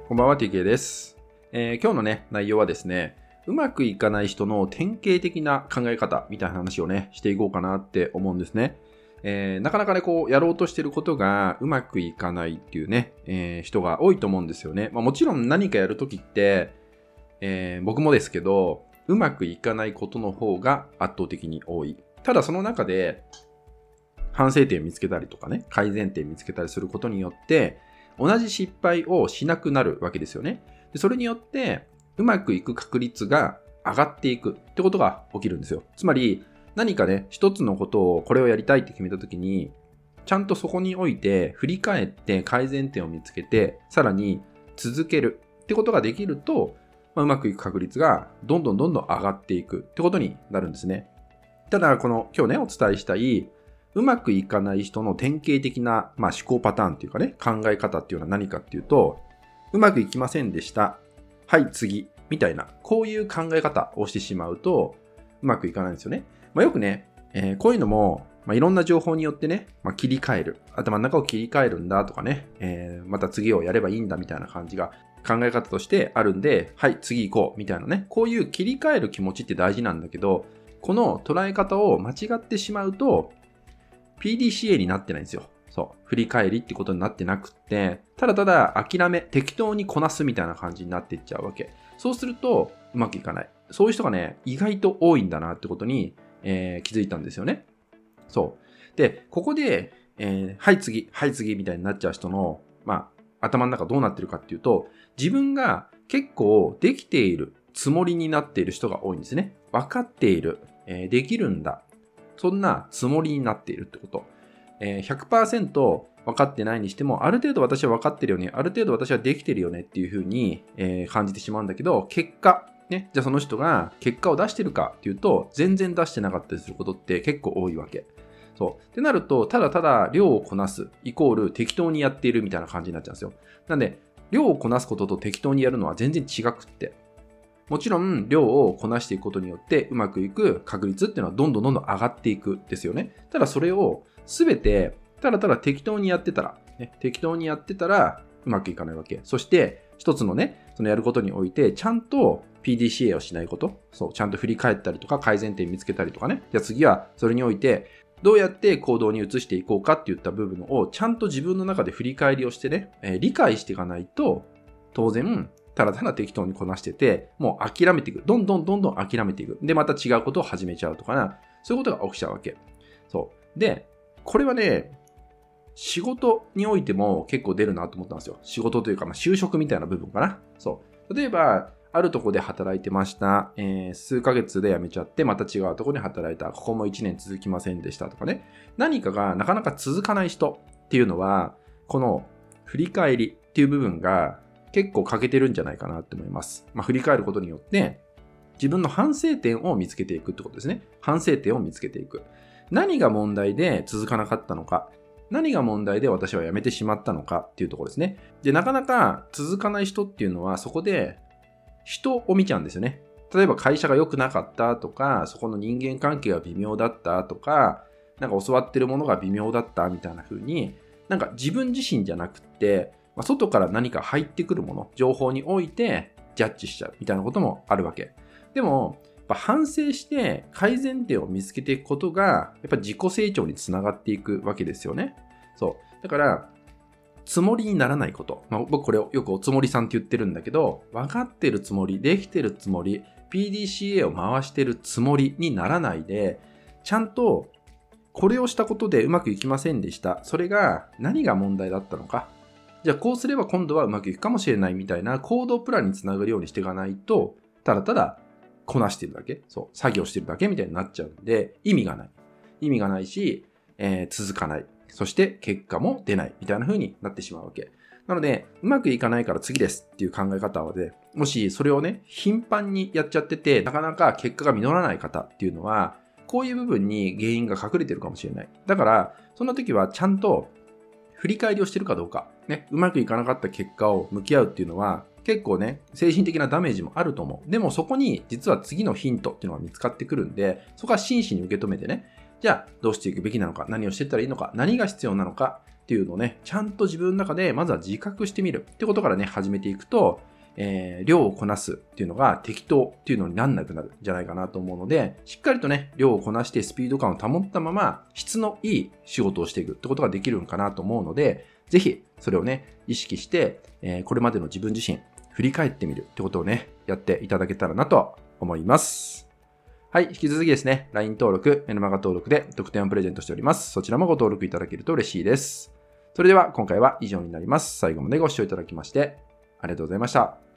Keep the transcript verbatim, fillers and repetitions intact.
こんばんは、ティーケー です、えー。今日のね、内容はですね、うまくいかない人の典型的な考え方みたいな話をね、していこうかなって思うんですね。えー、なかなかね、こう、やろうとしてることがうまくいかないっていうね、えー、人が多いと思うんですよね。まあ、もちろん何かやるときって、えー、僕もですけど、うまくいかないことの方が圧倒的に多い。ただその中で、反省点を見つけたりとかね、改善点を見つけたりすることによって、同じ失敗をしなくなるわけですよね。でそれによって、うまくいく確率が上がっていくってことが起きるんですよ。つまり、何かね、一つのことをこれをやりたいって決めたときに、ちゃんとそこにおいて振り返って改善点を見つけて、さらに続けるってことができると、まあ、うまくいく確率がどんどんどんどん上がっていくってことになるんですね。ただ、この今日ね、お伝えしたい、うまくいかない人の典型的な、まあ、思考パターンっていうかね、考え方っていうのは何かっていうと、うまくいきませんでした。はい、次。みたいな、こういう考え方をしてしまうと、うまくいかないんですよね。まあ、よくね、えー、こういうのも、まあ、いろんな情報によってね、まあ、切り替える。頭の中を切り替えるんだとかね、えー、また次をやればいいんだみたいな感じが考え方としてあるんで、はい、次行こうみたいなね、こういう切り替える気持ちって大事なんだけど、この捉え方を間違ってしまうと、ピーディーシーエー になってないんですよ。そう。振り返りってことになってなくって、ただただ諦め、適当にこなすみたいな感じになっていっちゃうわけ。そうすると、うまくいかない。そういう人がね、意外と多いんだなってことに、えー、気づいたんですよね。そう。で、ここで、えー、はい次、はい次みたいになっちゃう人の、まあ、頭の中どうなってるかっていうと、自分が結構できているつもりになっている人が多いんですね。分かっている。えー、できるんだ。そんなつもりになっているってこと。えー、ひゃくパーセント 分かってないにしても、ある程度私は分かってるよね、ある程度私はできてるよねっていうふうに、えー、感じてしまうんだけど、結果、ね、じゃあその人が結果を出してるかっていうと、全然出してなかったりすることって結構多いわけ。そう。ってなると、ただただ量をこなす、イコール適当にやっているみたいな感じになっちゃうんですよ。なんで、量をこなすことと適当にやるのは全然違くって。もちろん量をこなしていくことによってうまくいく確率っていうのはどんどんどんどん上がっていくですよね。ただそれをすべてただただ適当にやってたら、ね、適当にやってたらうまくいかないわけ。そして一つのね、そのやることにおいてちゃんと ピーディーシーエー をしないこと、そう、ちゃんと振り返ったりとか改善点見つけたりとかね。じゃあ次はそれにおいてどうやって行動に移していこうかっていった部分をちゃんと自分の中で振り返りをしてね、えー、理解していかないと当然ただただ適当にこなしてて、もう諦めていく。どんどんどんどん諦めていく。で、また違うことを始めちゃうとかな。そういうことが起きちゃうわけ。そう。で、これはね、仕事においても結構出るなと思ったんですよ。仕事というか、まあ、就職みたいな部分かな。そう。例えば、あるとこで働いてました。えー、数ヶ月で辞めちゃって、また違うとこで働いた。ここもいちねん続きませんでしたとかね。何かがなかなか続かない人っていうのは、この振り返りっていう部分が結構欠けてるんじゃないかなって思います。まあ、振り返ることによって自分の反省点を見つけていくってことですね。反省点を見つけていく。何が問題で続かなかったのか。何が問題で私は辞めてしまったのかっていうところですね。で、なかなか続かない人っていうのはそこで人を見ちゃうんですよね。例えば会社が良くなかったとか、そこの人間関係が微妙だったとか、なんか教わってるものが微妙だったみたいな風に、なんか自分自身じゃなくって、外から何か入ってくるもの、情報においてジャッジしちゃうみたいなこともあるわけ。でも、やっぱ反省して改善点を見つけていくことが、やっぱ自己成長につながっていくわけですよね。そう。だから、つもりにならないこと。まあ、僕これをよくおつもりさんって言ってるんだけど、分かってるつもり、できてるつもり、ピーディーシーエー を回してるつもりにならないで、ちゃんとこれをしたことでうまくいきませんでした。それが何が問題だったのか。じゃあこうすれば今度はうまくいくかもしれないみたいな行動プランにつながるようにしていかないと、ただただこなしてるだけ、そう、作業してるだけみたいになっちゃうんで、意味がない。意味がないし、えー、続かない。そして結果も出ないみたいな風になってしまうわけ。なので、うまくいかないから次ですっていう考え方はで、もしそれをね、頻繁にやっちゃってて、なかなか結果が実らない方っていうのは、こういう部分に原因が隠れてるかもしれない。だから、そんな時はちゃんと振り返りをしてるかどうか、ね、うまくいかなかった結果を向き合うっていうのは、結構ね、精神的なダメージもあると思う。でもそこに実は次のヒントっていうのが見つかってくるんで、そこは真摯に受け止めてね、 じゃあどうしていくべきなのか、何をしていったらいいのか、何が必要なのかっていうのをね、ちゃんと自分の中でまずは自覚してみるってことからね、始めていくと、えー、量をこなすっていうのが適当っていうのになんなくなるんじゃないかなと思うので、しっかりとね、量をこなしてスピード感を保ったまま、質のいい仕事をしていくってことができるんかなと思うので、ぜひそれをね、意識して、えー、これまでの自分自身、振り返ってみるってことをね、やっていただけたらなと思います。はい、引き続きですね、ライン 登録、メルマガ登録で特典をプレゼントしております。そちらもご登録いただけると嬉しいです。それでは今回は以上になります。最後までご視聴いただきましてありがとうございました。